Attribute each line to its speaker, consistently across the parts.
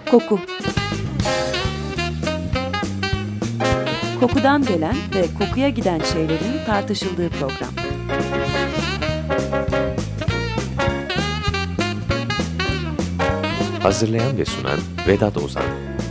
Speaker 1: Koku. Kokudan gelen ve kokuya giden şeylerin tartışıldığı program.
Speaker 2: Hazırlayan ve sunan Vedat Ozan.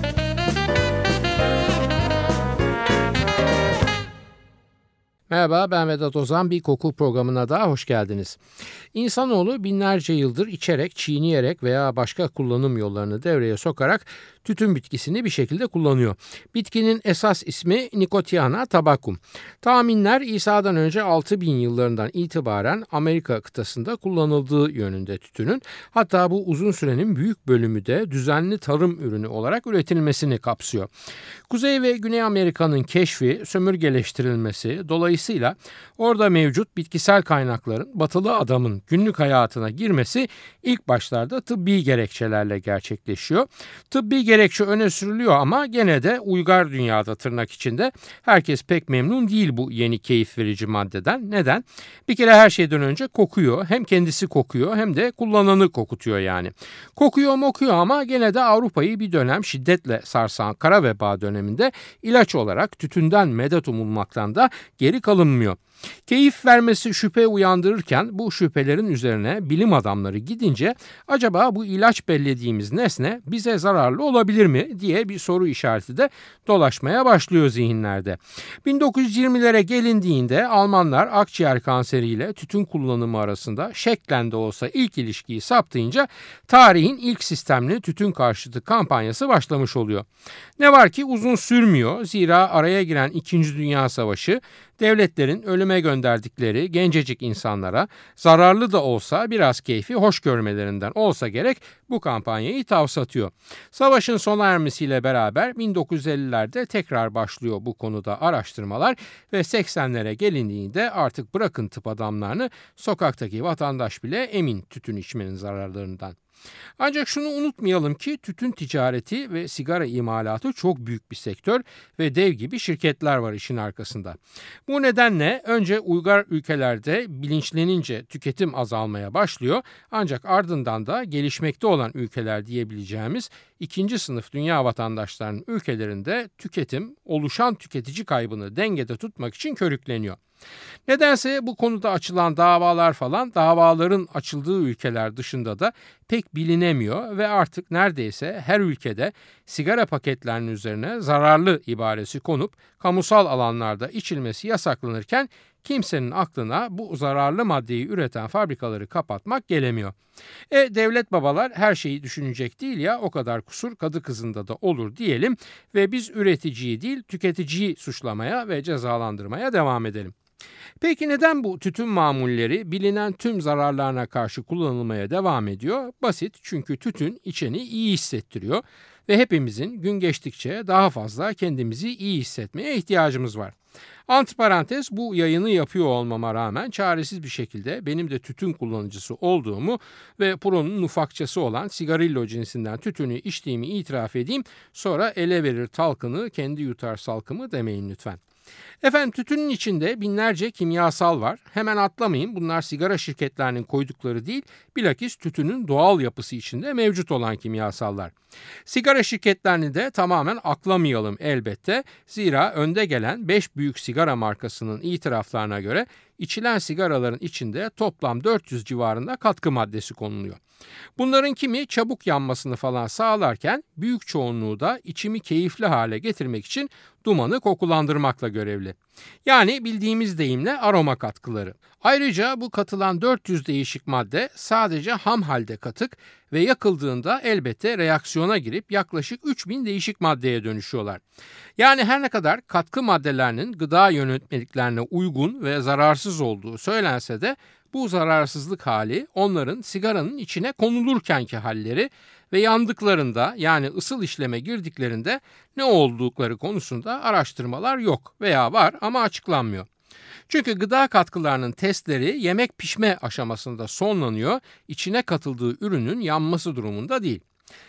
Speaker 3: Merhaba, ben Vedat Ozan. Bir koku programına daha hoş geldiniz. İnsanoğlu binlerce yıldır içerek, çiğneyerek veya başka kullanım yollarını devreye sokarak tütün bitkisini bir şekilde kullanıyor. Bitkinin esas ismi Nicotiana tabacum. Tahminler İsa'dan önce 6000 yıllarından itibaren Amerika kıtasında kullanıldığı yönünde tütünün. Hatta bu uzun sürenin büyük bölümü de düzenli tarım ürünü olarak üretilmesini kapsıyor. Kuzey ve Güney Amerika'nın keşfi, sömürgeleştirilmesi, dolayısıyla orada mevcut bitkisel kaynakların batılı adamın günlük hayatına girmesi ilk başlarda tıbbi gerekçelerle gerçekleşiyor. Tıbbi gerekçe öne sürülüyor ama gene de uygar dünyada tırnak içinde herkes pek memnun değil bu yeni keyif verici maddeden. Neden? Bir kere her şeyden önce kokuyor. Hem kendisi kokuyor hem de kullananı kokutuyor yani. Kokuyor ama gene de Avrupa'yı bir dönem şiddetle sarsan kara veba döneminde ilaç olarak tütünden medet umulmaktan da geri kalınmıyor. Keyif vermesi şüphe uyandırırken bu şüphelerin üzerine bilim adamları gidince acaba bu ilaç bellediğimiz nesne bize zararlı olabilir mi diye bir soru işareti de dolaşmaya başlıyor zihinlerde. 1920'lere gelindiğinde Almanlar akciğer kanseriyle tütün kullanımı arasında şeklen de olsa ilk ilişkiyi saptayınca tarihin ilk sistemli tütün karşıtı kampanyası başlamış oluyor. Ne var ki uzun sürmüyor, zira araya giren 2. Dünya Savaşı devletlerin ölüme gönderdikleri gencecik insanlara zararlı da olsa biraz keyfi hoş görmelerinden olsa gerek bu kampanyayı tavsatıyor. Savaşın sona ermesiyle beraber 1950'lerde tekrar başlıyor bu konuda araştırmalar ve 80'lere gelindiğinde artık bırakın tıp adamlarını sokaktaki vatandaş bile emin tütün içmenin zararlarından. Ancak şunu unutmayalım ki tütün ticareti ve sigara imalatı çok büyük bir sektör ve dev gibi şirketler var işin arkasında. Bu nedenle önce uygar ülkelerde bilinçlenince tüketim azalmaya başlıyor ancak ardından da gelişmekte olan ülkeler diyebileceğimiz ikinci sınıf dünya vatandaşlarının ülkelerinde tüketim oluşan tüketici kaybını dengede tutmak için körükleniyor. Nedense bu konuda açılan davalar falan davaların açıldığı ülkeler dışında da pek bilinemiyor ve artık neredeyse her ülkede sigara paketlerinin üzerine zararlı ibaresi konup kamusal alanlarda içilmesi yasaklanırken kimsenin aklına bu zararlı maddeyi üreten fabrikaları kapatmak gelemiyor. Devlet babalar her şeyi düşünecek değil ya o kadar kusur kadı kızında da olur diyelim ve biz üreticiyi değil tüketiciyi suçlamaya ve cezalandırmaya devam edelim. Peki neden bu tütün mamulleri bilinen tüm zararlarına karşı kullanılmaya devam ediyor? Basit, çünkü tütün içeni iyi hissettiriyor ve hepimizin gün geçtikçe daha fazla kendimizi iyi hissetmeye ihtiyacımız var. Antiparantez, bu yayını yapıyor olmama rağmen çaresiz bir şekilde benim de tütün kullanıcısı olduğumu ve Pro'nun ufakçası olan sigarillo cinsinden tütünü içtiğimi itiraf edeyim, sonra ele verir talkını kendi yutar salkımı demeyin lütfen. Efendim, tütünün içinde binlerce kimyasal var. Hemen atlamayın, bunlar sigara şirketlerinin koydukları değil, bilakis tütünün doğal yapısı içinde mevcut olan kimyasallar. Sigara şirketlerini de tamamen aklamayalım elbette. Zira önde gelen 5 büyük sigara markasının itiraflarına göre içilen sigaraların içinde toplam 400 civarında katkı maddesi konuluyor. Bunların kimi çabuk yanmasını falan sağlarken büyük çoğunluğu da içimi keyifli hale getirmek için dumanı kokulandırmakla görevli. Yani bildiğimiz deyimle aroma katkıları. Ayrıca bu katılan 400 değişik madde sadece ham halde katık ve yakıldığında elbette reaksiyona girip yaklaşık 3000 değişik maddeye dönüşüyorlar. Yani her ne kadar katkı maddelerinin gıda yönetmeliklerine uygun ve zararsız olduğu söylense de bu zararsızlık hali onların sigaranın içine konulurkenki halleri ve yandıklarında, yani ısıl işleme girdiklerinde ne oldukları konusunda araştırmalar yok veya var ama açıklanmıyor. Çünkü gıda katkılarının testleri yemek pişme aşamasında sonlanıyor, içine katıldığı ürünün yanması durumunda değil.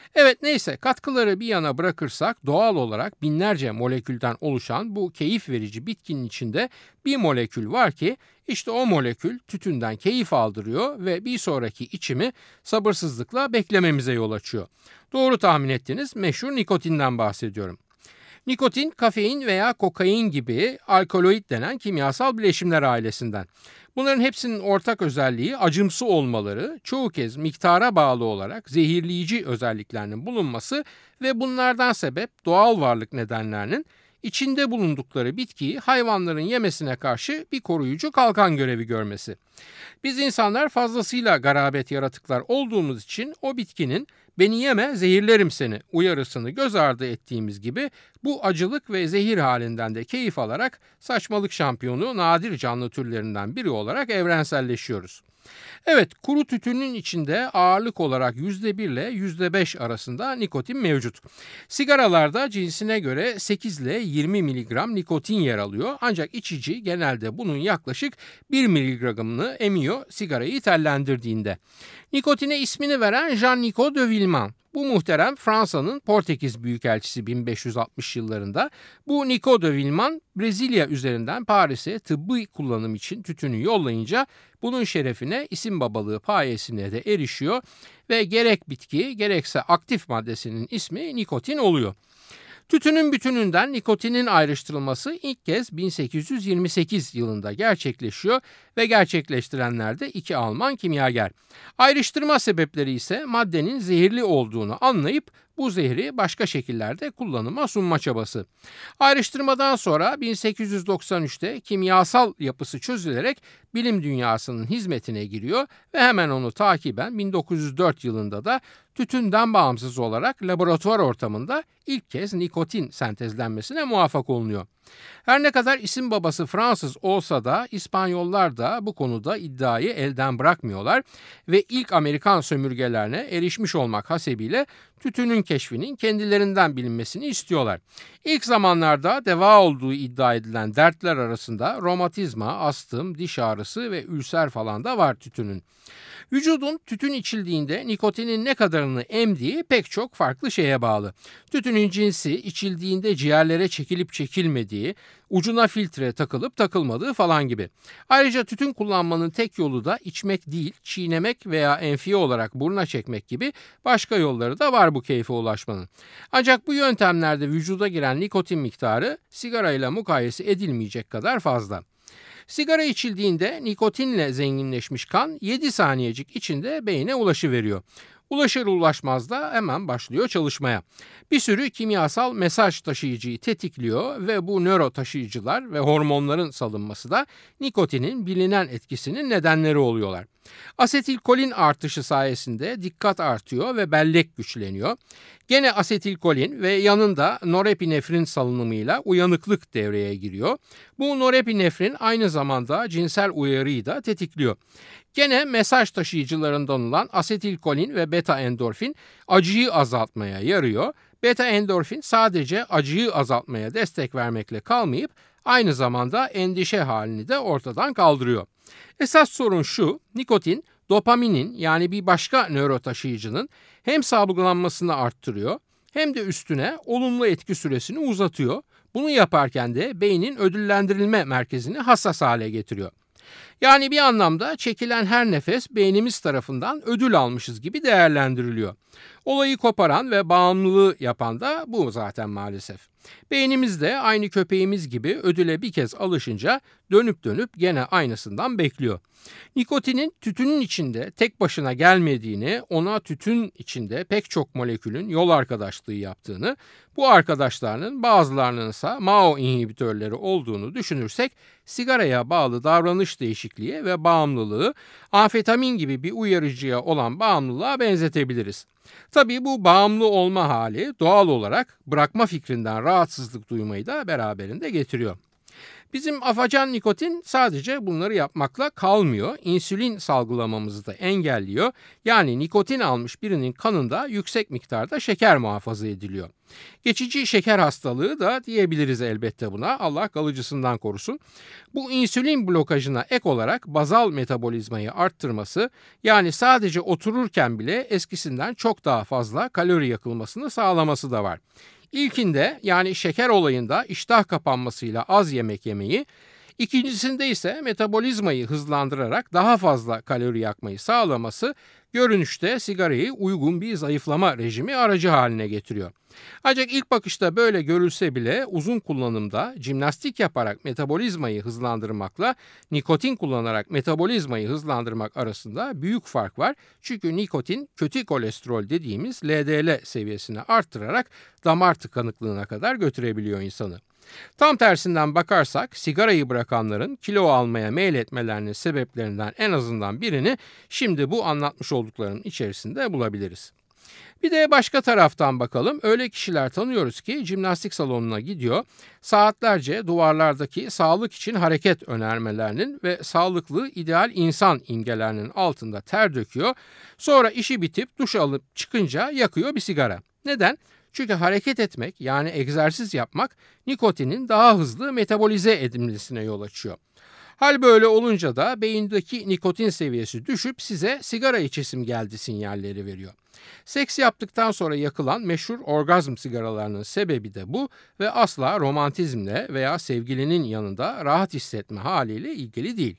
Speaker 3: Evet, neyse, katkıları bir yana bırakırsak doğal olarak binlerce molekülden oluşan bu keyif verici bitkinin içinde bir molekül var ki işte o molekül tütünden keyif aldırıyor ve bir sonraki içimi sabırsızlıkla beklememize yol açıyor. Doğru tahmin ettiniz, meşhur nikotinden bahsediyorum. Nikotin, kafein veya kokain gibi alkaloid denen kimyasal bileşimler ailesinden. Bunların hepsinin ortak özelliği acımsı olmaları, çoğu kez miktara bağlı olarak zehirleyici özelliklerinin bulunması ve bunlardan sebep doğal varlık nedenlerinin içinde bulundukları bitkiyi hayvanların yemesine karşı bir koruyucu kalkan görevi görmesi. Biz insanlar fazlasıyla garabet yaratıklar olduğumuz için o bitkinin "beni yeme, zehirlerim seni" uyarısını göz ardı ettiğimiz gibi bu acılık ve zehir halinden de keyif alarak saçmalık şampiyonu nadir canlı türlerinden biri olarak evrenselleşiyoruz. Evet, kuru tütünün içinde ağırlık olarak %1 ile %5 arasında nikotin mevcut. Sigaralarda cinsine göre 8 ile 20 miligram nikotin yer alıyor. Ancak içici genelde bunun yaklaşık 1 miligramını emiyor sigarayı tellendirdiğinde. Nikotine ismini veren Jean-Nicot de Villemin. Bu muhterem Fransa'nın Portekiz Büyükelçisi 1560 yıllarında. Bu Nicot de Villemin Brezilya üzerinden Paris'e tıbbi kullanım için tütünü yollayınca bunun şerefine isim babalığı payesine de erişiyor ve gerek bitki gerekse aktif maddesinin ismi nikotin oluyor. Tütünün bütününden nikotinin ayrıştırılması ilk kez 1828 yılında gerçekleşiyor ve gerçekleştirenler de 2 Alman kimyager. Ayrıştırma sebepleri ise maddenin zehirli olduğunu anlayıp bu zehri başka şekillerde kullanıma sunma çabası. Ayrıştırmadan sonra 1893'te kimyasal yapısı çözülerek bilim dünyasının hizmetine giriyor ve hemen onu takiben 1904 yılında da tütünden bağımsız olarak laboratuvar ortamında ilk kez nikotin sentezlenmesine muvaffak olunuyor. Her ne kadar isim babası Fransız olsa da İspanyollar da bu konuda iddiayı elden bırakmıyorlar ve ilk Amerikan sömürgelerine erişmiş olmak hasebiyle tütünün keşfinin kendilerinden bilinmesini istiyorlar. İlk zamanlarda deva olduğu iddia edilen dertler arasında romatizma, astım, diş ağrısı ve ülser falan da var tütünün. Vücudun tütün içildiğinde nikotinin ne kadarını emdiği pek çok farklı şeye bağlı. Tütünün cinsi, içildiğinde ciğerlere çekilip çekilmediği, ucuna filtre takılıp takılmadığı falan gibi. Ayrıca tütün kullanmanın tek yolu da içmek değil, çiğnemek veya enfiye olarak buruna çekmek gibi başka yolları da var bu keyfe ulaşmanın. Ancak bu yöntemlerde vücuda giren nikotin miktarı sigarayla mukayese edilmeyecek kadar fazla. Sigara içildiğinde nikotinle zenginleşmiş kan 7 saniyecik içinde beyne ulaşıveriyor. Ulaşır ulaşmaz da hemen başlıyor çalışmaya. Bir sürü kimyasal mesaj taşıyıcıyı tetikliyor ve bu nöro taşıyıcılar ve hormonların salınması da nikotinin bilinen etkisinin nedenleri oluyorlar. Asetilkolin artışı sayesinde dikkat artıyor ve bellek güçleniyor. Gene asetilkolin ve yanında norepinefrin salınımıyla uyanıklık devreye giriyor. Bu norepinefrin aynı zamanda cinsel uyarıyı da tetikliyor. Gene mesaj taşıyıcılarından olan asetilkolin ve beta endorfin acıyı azaltmaya yarıyor. Beta endorfin sadece acıyı azaltmaya destek vermekle kalmayıp aynı zamanda endişe halini de ortadan kaldırıyor. Esas sorun şu: nikotin dopaminin yani bir başka nörotaşıyıcının hem salgılanmasını arttırıyor hem de üstüne olumlu etki süresini uzatıyor. Bunu yaparken de beynin ödüllendirilme merkezini hassas hale getiriyor. Yani bir anlamda çekilen her nefes beynimiz tarafından ödül almışız gibi değerlendiriliyor. Olayı koparan ve bağımlılığı yapan da bu zaten maalesef. Beynimiz de aynı köpeğimiz gibi ödüle bir kez alışınca dönüp dönüp gene aynısından bekliyor. Nikotinin tütünün içinde tek başına gelmediğini, ona tütün içinde pek çok molekülün yol arkadaşlığı yaptığını, bu arkadaşlarının bazılarının ise MAO inhibitörleri olduğunu düşünürsek sigaraya bağlı davranış değişikliği ve bağımlılığı amfetamin gibi bir uyarıcıya olan bağımlılığa benzetebiliriz. Tabii bu bağımlı olma hali doğal olarak bırakma fikrinden rahatsızlık duymayı da beraberinde getiriyor. Bizim afacan nikotin sadece bunları yapmakla kalmıyor. İnsülin salgılamamızı da engelliyor. Yani nikotin almış birinin kanında yüksek miktarda şeker muhafaza ediliyor. Geçici şeker hastalığı da diyebiliriz elbette buna. Allah kalıcısından korusun. Bu insülin blokajına ek olarak bazal metabolizmayı arttırması, yani sadece otururken bile eskisinden çok daha fazla kalori yakılmasını sağlaması da var. İlkinde, yani şeker olayında iştah kapanmasıyla az yemek yemeyi, ikincisinde ise metabolizmayı hızlandırarak daha fazla kalori yakmayı sağlaması görünüşte sigarayı uygun bir zayıflama rejimi aracı haline getiriyor. Ancak ilk bakışta böyle görülse bile uzun kullanımda jimnastik yaparak metabolizmayı hızlandırmakla nikotin kullanarak metabolizmayı hızlandırmak arasında büyük fark var. Çünkü nikotin kötü kolesterol dediğimiz LDL seviyesini arttırarak damar tıkanıklığına kadar götürebiliyor insanı. Tam tersinden bakarsak sigarayı bırakanların kilo almaya meyletmelerinin sebeplerinden en azından birini şimdi bu anlatmış olduklarının içerisinde bulabiliriz. Bir de başka taraftan bakalım. Öyle kişiler tanıyoruz ki jimnastik salonuna gidiyor, saatlerce duvarlardaki sağlık için hareket önermelerinin ve sağlıklı ideal insan imgelerinin altında ter döküyor. Sonra işi bitip duş alıp çıkınca yakıyor bir sigara. Neden? Çünkü hareket etmek, yani egzersiz yapmak, nikotinin daha hızlı metabolize edilmesine yol açıyor. Hal böyle olunca da beyindeki nikotin seviyesi düşüp size sigara içesim geldi sinyalleri veriyor. Seks yaptıktan sonra yakılan meşhur orgazm sigaralarının sebebi de bu ve asla romantizmle veya sevgilinin yanında rahat hissetme haliyle ilgili değil.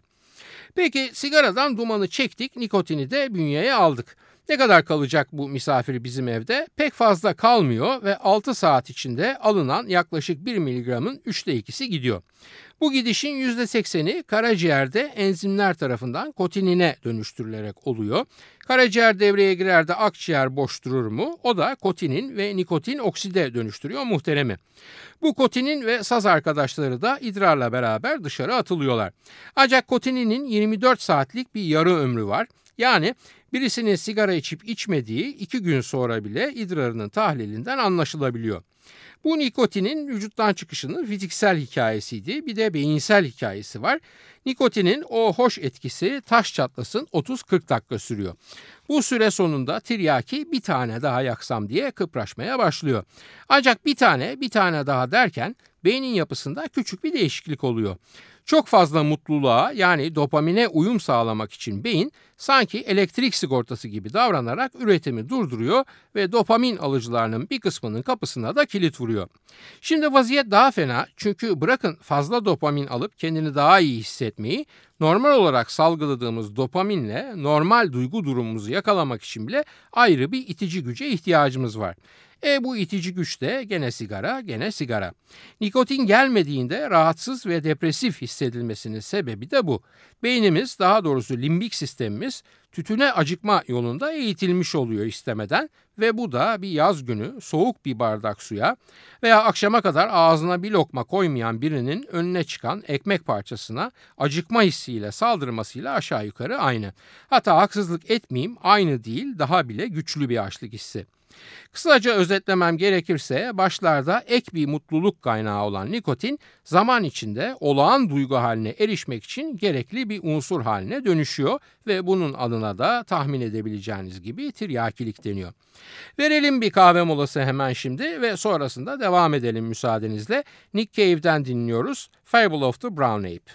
Speaker 3: Peki sigaradan dumanı çektik, nikotini de bünyeye aldık. Ne kadar kalacak bu misafir bizim evde? Pek fazla kalmıyor ve 6 saat içinde alınan yaklaşık 1 miligramın 2/3'ü gidiyor. Bu gidişin %80'i karaciğerde enzimler tarafından kotinine dönüştürülerek oluyor. Karaciğer devreye girer de akciğer boş durur mu? O da kotinin ve nikotin okside dönüştürüyor muhteremi. Bu kotinin ve saz arkadaşları da idrarla beraber dışarı atılıyorlar. Ancak kotininin 24 saatlik bir yarı ömrü var. Yani birisinin sigara içip içmediği 2 gün sonra bile idrarının tahlilinden anlaşılabiliyor. Bu nikotinin vücuttan çıkışının fiziksel hikayesiydi. Bir de beyinsel hikayesi var. Nikotinin o hoş etkisi taş çatlasın 30-40 dakika sürüyor. Bu süre sonunda tiryaki bir tane daha yaksam diye kıpraşmaya başlıyor. Ancak bir tane daha derken beynin yapısında küçük bir değişiklik oluyor. Çok fazla mutluluğa, yani dopamine uyum sağlamak için beyin sanki elektrik sigortası gibi davranarak üretimi durduruyor ve dopamin alıcılarının bir kısmının kapısına da kilit vuruyor. Şimdi vaziyet daha fena, çünkü bırakın fazla dopamin alıp kendini daha iyi hissetmeyi, normal olarak salgıladığımız dopaminle normal duygu durumumuzu yakalamak için bile ayrı bir itici güce ihtiyacımız var. Bu itici güç de gene sigara. Nikotin gelmediğinde rahatsız ve depresif hissedilmesinin sebebi de bu. Beynimiz, daha doğrusu limbik sistemimiz tütüne acıkma yolunda eğitilmiş oluyor istemeden ve bu da bir yaz günü soğuk bir bardak suya veya akşama kadar ağzına bir lokma koymayan birinin önüne çıkan ekmek parçasına acıkma hissiyle saldırmasıyla aşağı yukarı aynı. Hatta haksızlık etmeyeyim, aynı değil, daha bile güçlü bir açlık hissi. Kısaca özetlemem gerekirse başlarda ek bir mutluluk kaynağı olan nikotin zaman içinde olağan duygu haline erişmek için gerekli bir unsur haline dönüşüyor ve bunun adına da tahmin edebileceğiniz gibi tiryakilik deniyor. Verelim bir kahve molası hemen şimdi ve sonrasında devam edelim müsaadenizle. Nick Cave'den dinliyoruz. Fable of the Brown Ape.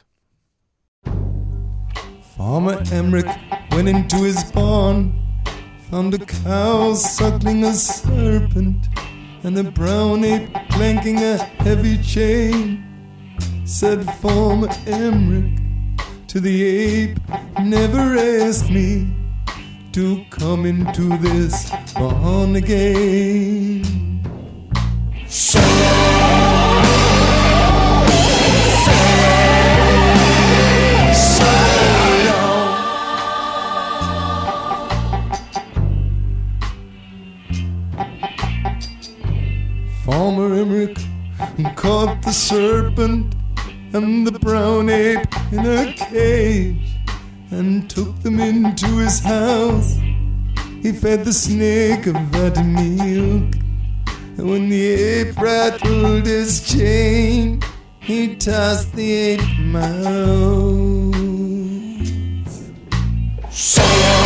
Speaker 4: Farmer Emmerich went into his barn, found a cow suckling a serpent, and a brown ape clanking a heavy chain. Said Farmer Emmerich to the ape, never ask me to come into this barn again. Farmer Emmerich caught the serpent and the brown ape in a cage and took them into his house. He fed the snake a vat of milk, and when the ape rattled his chain, he tossed the 8 miles. So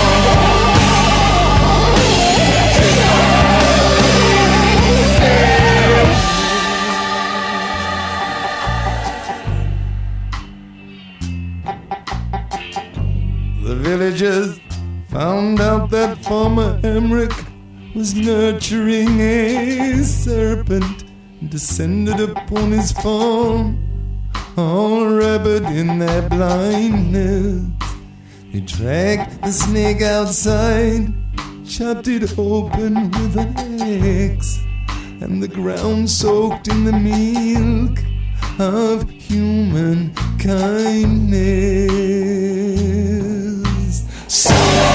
Speaker 4: the villagers found out that Farmer Emmerich was nurturing a serpent, descended upon his farm, all rabid in their blindness. They dragged the snake outside, chopped it open with an axe, and the ground soaked in the milk of human kindness. So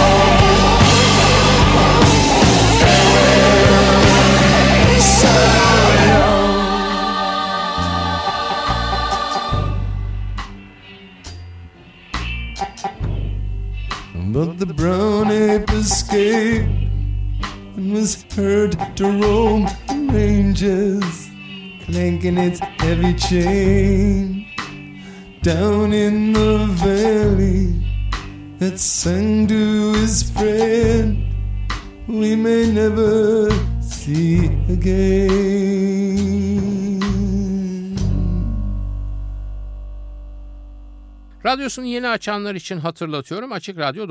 Speaker 4: but the brown ape escaped and was heard to roam the ranges, clanking its heavy chain down in the valley that sang to his friend, we may never see again.
Speaker 3: Radyosunu yeni açanlar için hatırlatıyorum. Açık Radyo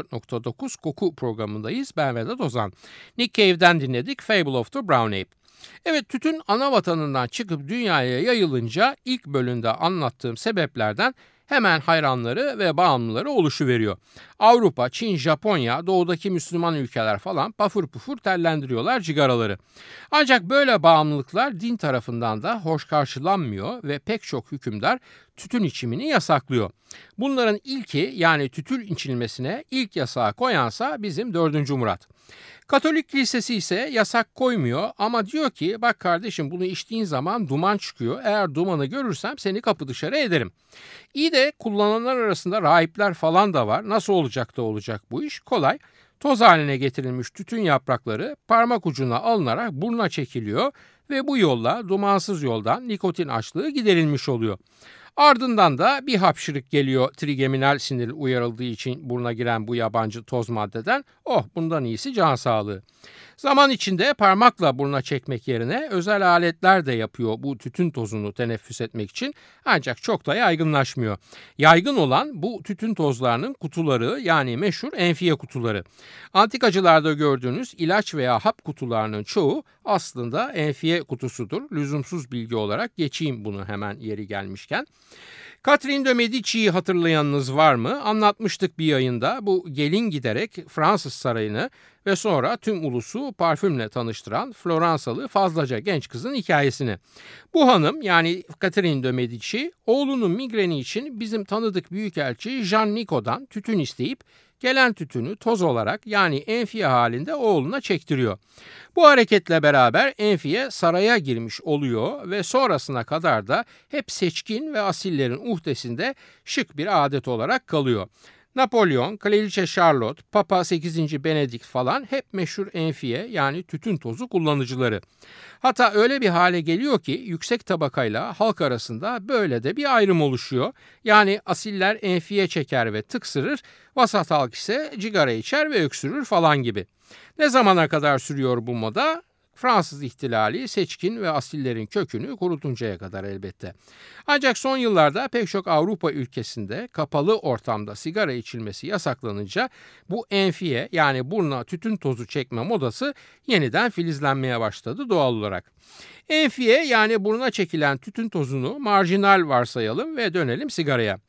Speaker 3: 94.9 Koku programındayız. Ben Vedat Ozan. Nick Cave'den dinledik Fable of the Brown Ape. Evet, tütün ana vatanından çıkıp dünyaya yayılınca ilk bölümde anlattığım sebeplerden hemen hayranları ve bağımlıları oluşuveriyor. Avrupa, Çin, Japonya, doğudaki Müslüman ülkeler falan pafur pufur tellendiriyorlar cigaraları. Ancak böyle bağımlılıklar din tarafından da hoş karşılanmıyor ve pek çok hükümdar tütün içimini yasaklıyor. Bunların ilki, yani tütün içilmesine ilk yasağı koyansa bizim 4. Murat. Katolik kilisesi ise yasak koymuyor ama diyor ki bak kardeşim, bunu içtiğin zaman duman çıkıyor. Eğer dumanı görürsem seni kapı dışarı ederim. İyi de kullananlar arasında rahipler falan da var. Nasıl olacak da olacak bu iş? Kolay. Toz haline getirilmiş tütün yaprakları parmak ucuna alınarak buruna çekiliyor ve bu yolla, dumansız yoldan nikotin açlığı giderilmiş oluyor. Ardından da bir hapşırık geliyor trigeminal sinir uyarıldığı için buruna giren bu yabancı toz maddeden. Oh, bundan iyisi can sağlığı. Zaman içinde parmakla buruna çekmek yerine özel aletler de yapıyor bu tütün tozunu teneffüs etmek için, ancak çok da yaygınlaşmıyor. Yaygın olan bu tütün tozlarının kutuları, yani meşhur enfiye kutuları. Antikacılarda gördüğünüz ilaç veya hap kutularının çoğu aslında enfiye kutusudur. Lüzumsuz bilgi olarak geçeyim bunu hemen yeri gelmişken. Catherine de Medici'yi hatırlayanınız var mı? Anlatmıştık bir yayında. Bu gelin giderek Fransız sarayını ve sonra tüm ulusu parfümle tanıştıran Floransalı fazlaca genç kızın hikayesini. Bu hanım, yani Catherine de Medici, oğlunun migreni için bizim tanıdık büyükelçi Jean Nicot'dan tütün isteyip gelen tütünü toz olarak, yani enfiye halinde oğluna çektiriyor. Bu hareketle beraber enfiye saraya girmiş oluyor ve sonrasına kadar da hep seçkin ve asillerin uhdesinde şık bir adet olarak kalıyor. Napolyon, Kraliçe Charlotte, Papa 8. Benedikt falan hep meşhur enfiye, yani tütün tozu kullanıcıları. Hatta öyle bir hale geliyor ki yüksek tabakayla halk arasında böyle de bir ayrım oluşuyor. Yani asiller enfiye çeker ve tıksırır, vasat halk ise cigara içer ve öksürür falan gibi. Ne zamana kadar sürüyor bu moda? Fransız ihtilali seçkin ve asillerin kökünü kurutuncaya kadar elbette. Ancak son yıllarda pek çok Avrupa ülkesinde kapalı ortamda sigara içilmesi yasaklanınca bu enfiye, yani buruna tütün tozu çekme modası yeniden filizlenmeye başladı doğal olarak. Enfiye, yani buruna çekilen tütün tozunu marjinal varsayalım ve dönelim sigaraya.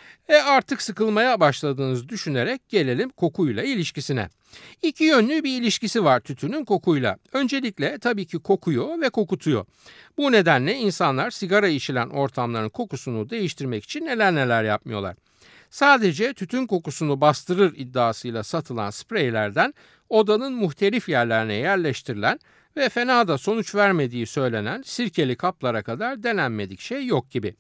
Speaker 3: Artık sıkılmaya başladığınızı düşünerek gelelim kokuyla ilişkisine. İki yönlü bir ilişkisi var tütünün kokuyla. Öncelikle tabii ki kokuyor ve kokutuyor. Bu nedenle insanlar sigara içilen ortamların kokusunu değiştirmek için neler yapmıyorlar. Sadece tütün kokusunu bastırır iddiasıyla satılan spreylerden odanın muhtelif yerlerine yerleştirilen ve fena da sonuç vermediği söylenen sirkeli kaplara kadar denenmedik şey yok gibi.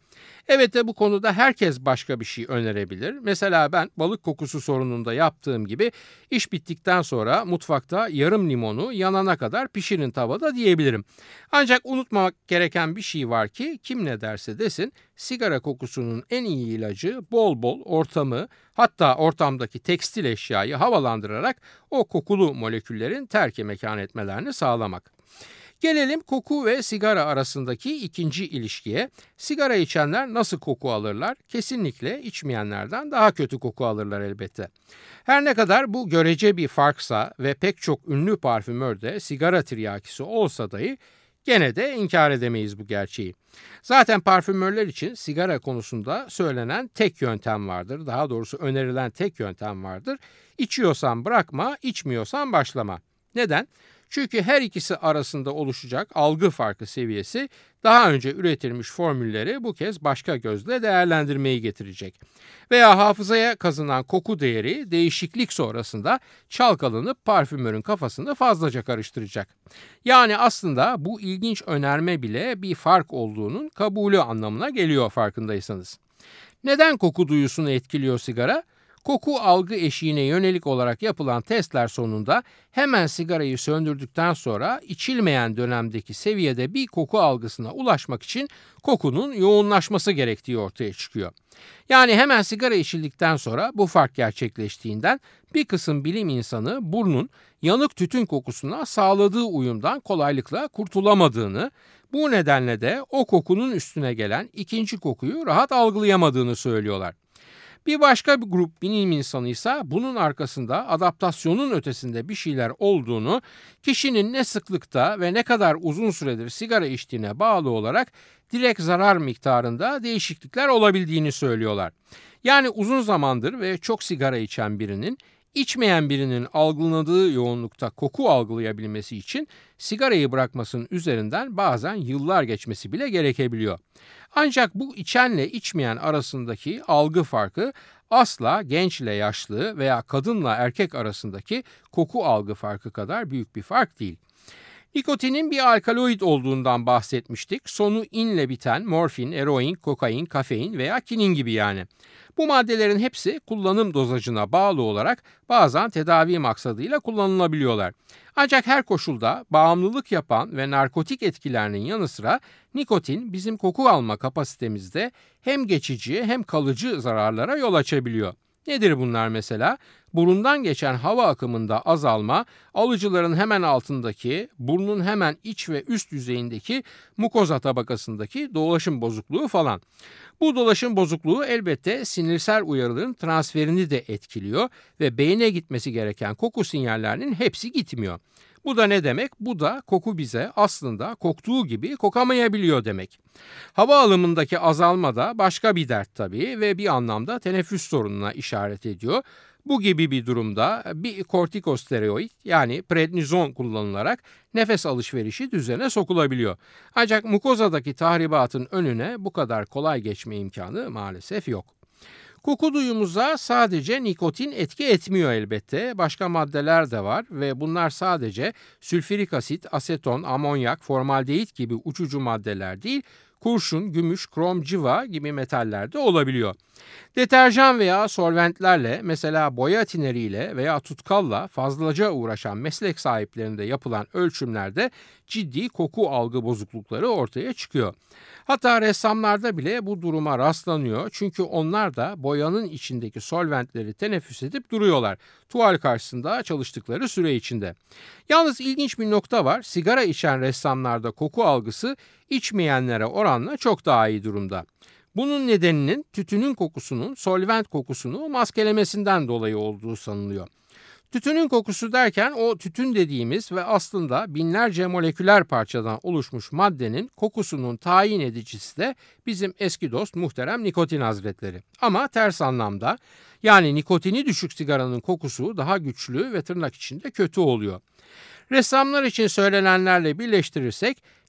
Speaker 3: Evet de bu konuda herkes başka bir şey önerebilir. Mesela ben balık kokusu sorununda yaptığım gibi iş bittikten sonra mutfakta yarım limonu yanana kadar pişirin tavada diyebilirim. Ancak unutmamak gereken bir şey var ki kim ne derse desin sigara kokusunun en iyi ilacı bol bol ortamı, hatta ortamdaki tekstil eşyayı havalandırarak o kokulu moleküllerin terk mekan etmelerini sağlamak. Gelelim koku ve sigara arasındaki ikinci ilişkiye. Sigara içenler nasıl koku alırlar? Kesinlikle içmeyenlerden daha kötü koku alırlar elbette. Her ne kadar bu görece bir farksa ve pek çok ünlü parfümör de sigara tiryakisi olsa dahi gene de inkar edemeyiz bu gerçeği. Zaten parfümörler için sigara konusunda söylenen tek yöntem vardır. Daha doğrusu önerilen tek yöntem vardır. İçiyorsan bırakma, içmiyorsan başlama. Neden? Çünkü her ikisi arasında oluşacak algı farkı seviyesi daha önce üretilmiş formülleri bu kez başka gözle değerlendirmeyi getirecek. Veya hafızaya kazınan koku değeri değişiklik sonrasında çalkalanıp parfümörün kafasını fazlaca karıştıracak. Yani aslında bu ilginç önerme bile bir fark olduğunun kabulü anlamına geliyor farkındaysanız. Neden koku duyusunu etkiliyor sigara? Koku algı eşiğine yönelik olarak yapılan testler sonunda hemen sigarayı söndürdükten sonra içilmeyen dönemdeki seviyede bir koku algısına ulaşmak için kokunun yoğunlaşması gerektiği ortaya çıkıyor. Yani hemen sigara içildikten sonra bu fark gerçekleştiğinden bir kısım bilim insanı burnun yanık tütün kokusuna sağladığı uyumdan kolaylıkla kurtulamadığını, bu nedenle de o kokunun üstüne gelen ikinci kokuyu rahat algılayamadığını söylüyorlar. Bir başka bir grup bilim insanı ise bunun arkasında adaptasyonun ötesinde bir şeyler olduğunu, kişinin ne sıklıkta ve ne kadar uzun süredir sigara içtiğine bağlı olarak direkt zarar miktarında değişiklikler olabildiğini söylüyorlar. Yani uzun zamandır ve çok sigara içen birinin içmeyen birinin algıladığı yoğunlukta koku algılayabilmesi için sigarayı bırakmasının üzerinden bazen yıllar geçmesi bile gerekebiliyor. Ancak bu içenle içmeyen arasındaki algı farkı asla gençle yaşlı veya kadınla erkek arasındaki koku algı farkı kadar büyük bir fark değil. Nikotinin bir alkaloid olduğundan bahsetmiştik. Sonu inle biten morfin, eroin, kokain, kafein veya kinin gibi yani. Bu maddelerin hepsi kullanım dozajına bağlı olarak bazen tedavi maksadıyla kullanılabiliyorlar. Ancak her koşulda bağımlılık yapan ve narkotik etkilerinin yanı sıra nikotin bizim koku alma kapasitemizde hem geçici hem kalıcı zararlara yol açabiliyor. Nedir bunlar mesela? Burundan geçen hava akımında azalma, alıcıların hemen altındaki, burnun hemen iç ve üst yüzeyindeki mukoza tabakasındaki dolaşım bozukluğu falan. Bu dolaşım bozukluğu elbette sinirsel uyarıların transferini de etkiliyor ve beyne gitmesi gereken koku sinyallerinin hepsi gitmiyor. Bu da ne demek? Bu da koku bize aslında koktuğu gibi kokamayabiliyor demek. Hava alımındaki azalma da başka bir dert tabii ve bir anlamda teneffüs sorununa işaret ediyor. Bu gibi bir durumda bir kortikosteroid yani prednizon kullanılarak nefes alışverişi düzene sokulabiliyor. Ancak mukozadaki tahribatın önüne bu kadar kolay geçme imkanı maalesef yok. Koku duyumuza sadece nikotin etki etmiyor elbette. Başka maddeler de var ve bunlar sadece sülfürik asit, aseton, amonyak, formaldehit gibi uçucu maddeler değil, kurşun, gümüş, krom, civa gibi metaller de olabiliyor. Deterjan veya solventlerle mesela boya tineriyle veya tutkalla fazlaca uğraşan meslek sahiplerinde yapılan ölçümlerde ciddi koku algı bozuklukları ortaya çıkıyor. Hatta ressamlarda bile bu duruma rastlanıyor çünkü onlar da boyanın içindeki solventleri teneffüs edip duruyorlar tuval karşısında çalıştıkları süre içinde. Yalnız ilginç bir nokta var, sigara içen ressamlarda koku algısı içmeyenlere oranla çok daha iyi durumda. Bunun nedeninin tütünün kokusunun solvent kokusunu maskelemesinden dolayı olduğu sanılıyor. Tütünün kokusu derken o tütün dediğimiz ve aslında binlerce moleküler parçadan oluşmuş maddenin kokusunun tayin edicisi de bizim eski dost muhterem nikotin hazretleri. Ama ters anlamda, yani nikotini düşük sigaranın kokusu daha güçlü ve tırnak içinde kötü oluyor. Ressamlar için söylenenlerle birleştirirsek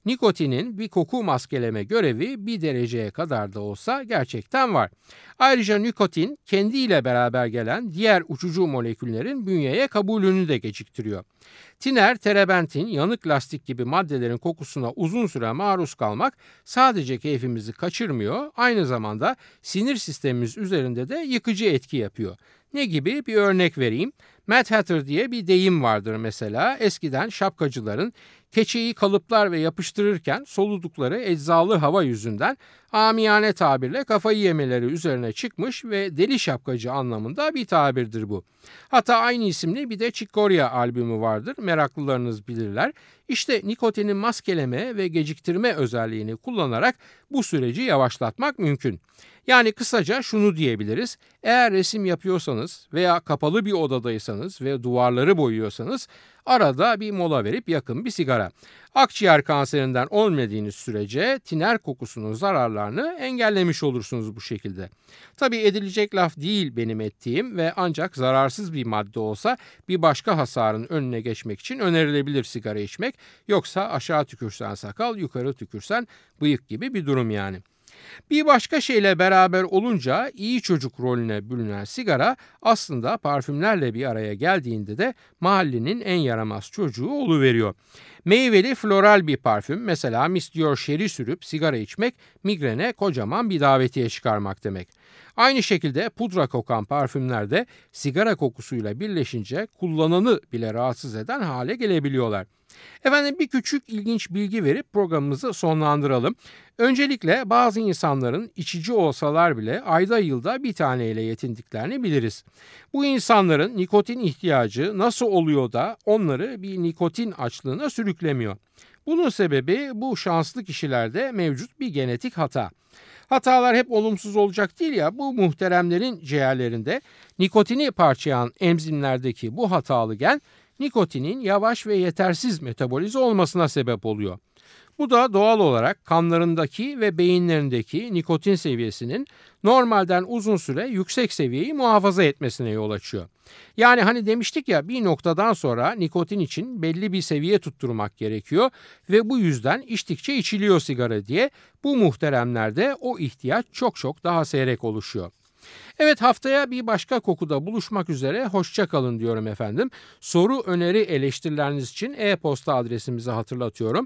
Speaker 3: nikotinin bir koku maskeleme görevi bir dereceye kadar da olsa gerçekten var. Ayrıca nikotin kendiyle beraber gelen diğer uçucu moleküllerin bünyeye kabulünü de geciktiriyor. Tiner, terebentin, yanık lastik gibi maddelerin kokusuna uzun süre maruz kalmak sadece keyfimizi kaçırmıyor, aynı zamanda sinir sistemimiz üzerinde de yıkıcı etki yapıyor. Ne gibi? Bir örnek vereyim. Mad Hatter diye bir deyim vardır mesela. Eskiden şapkacıların keçeyi kalıplar ve yapıştırırken soludukları eczalı hava yüzünden amiyane tabirle kafayı yemeleri üzerine çıkmış ve deli şapkacı anlamında bir tabirdir bu. Hatta aynı isimli bir de Chick Corea albümü vardır. Meraklılarınız bilirler. İşte nikotinin maskeleme ve geciktirme özelliğini kullanarak bu süreci yavaşlatmak mümkün. Yani kısaca şunu diyebiliriz. Eğer resim yapıyorsanız veya kapalı bir odadaysanız ve duvarları boyuyorsanız arada bir mola verip yakın bir sigara. Akciğer kanserinden olmadığınız sürece tiner kokusunun zararlarını engellemiş olursunuz bu şekilde. Tabii edilecek laf değil benim ettiğim ve ancak zararsız bir madde olsa bir başka hasarın önüne geçmek için önerilebilir sigara içmek. Yoksa aşağı tükürsen sakal, yukarı tükürsen bıyık gibi bir durum yani. Bir başka şeyle beraber olunca iyi çocuk rolüne bürünen sigara aslında parfümlerle bir araya geldiğinde de mahallenin en yaramaz çocuğu oluveriyor. Meyveli floral bir parfüm, mesela Miss Dior Sherry sürüp sigara içmek migrene kocaman bir davetiye çıkarmak demek. Aynı şekilde pudra kokan parfümler de sigara kokusuyla birleşince kullananı bile rahatsız eden hale gelebiliyorlar. Efendim bir küçük ilginç bilgi verip programımızı sonlandıralım. Öncelikle bazı insanların içici olsalar bile ayda yılda bir taneyle yetindiklerini biliriz. Bu insanların nikotin ihtiyacı nasıl oluyor da onları bir nikotin açlığına sürüklemiyor? Bunun sebebi bu şanslı kişilerde mevcut bir genetik hata. Hatalar hep olumsuz olacak değil ya, bu muhteremlerin ciğerlerinde nikotini parçalayan enzimlerdeki bu hatalı gen nikotinin yavaş ve yetersiz metabolize olmasına sebep oluyor. Bu da doğal olarak kanlarındaki ve beyinlerindeki nikotin seviyesinin normalden uzun süre yüksek seviyeyi muhafaza etmesine yol açıyor. Yani hani demiştik ya, bir noktadan sonra nikotin için belli bir seviye tutturmak gerekiyor ve bu yüzden içtikçe içiliyor sigara diye bu muhteremlerde o ihtiyaç çok daha seyrek oluşuyor. Evet, haftaya bir başka kokuda buluşmak üzere, hoşça kalın diyorum efendim. Soru, öneri, eleştirileriniz için e-posta adresimizi hatırlatıyorum.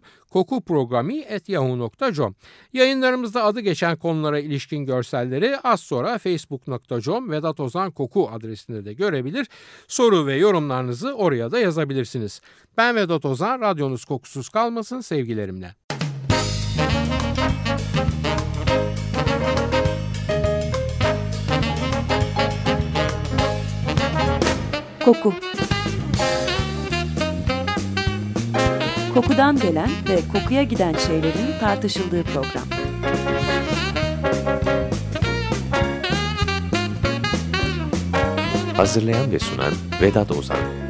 Speaker 3: kokuprogrami@yahoo.com. Yayınlarımızda adı geçen konulara ilişkin görselleri az sonra facebook.com Vedat Ozan Koku adresinde de görebilir. Soru ve yorumlarınızı oraya da yazabilirsiniz. Ben Vedat Ozan, radyonuz kokusuz kalmasın sevgilerimle.
Speaker 1: Koku. Kokudan gelen ve kokuya giden şeylerin tartışıldığı program.
Speaker 2: Hazırlayan ve sunan Vedat Ozan.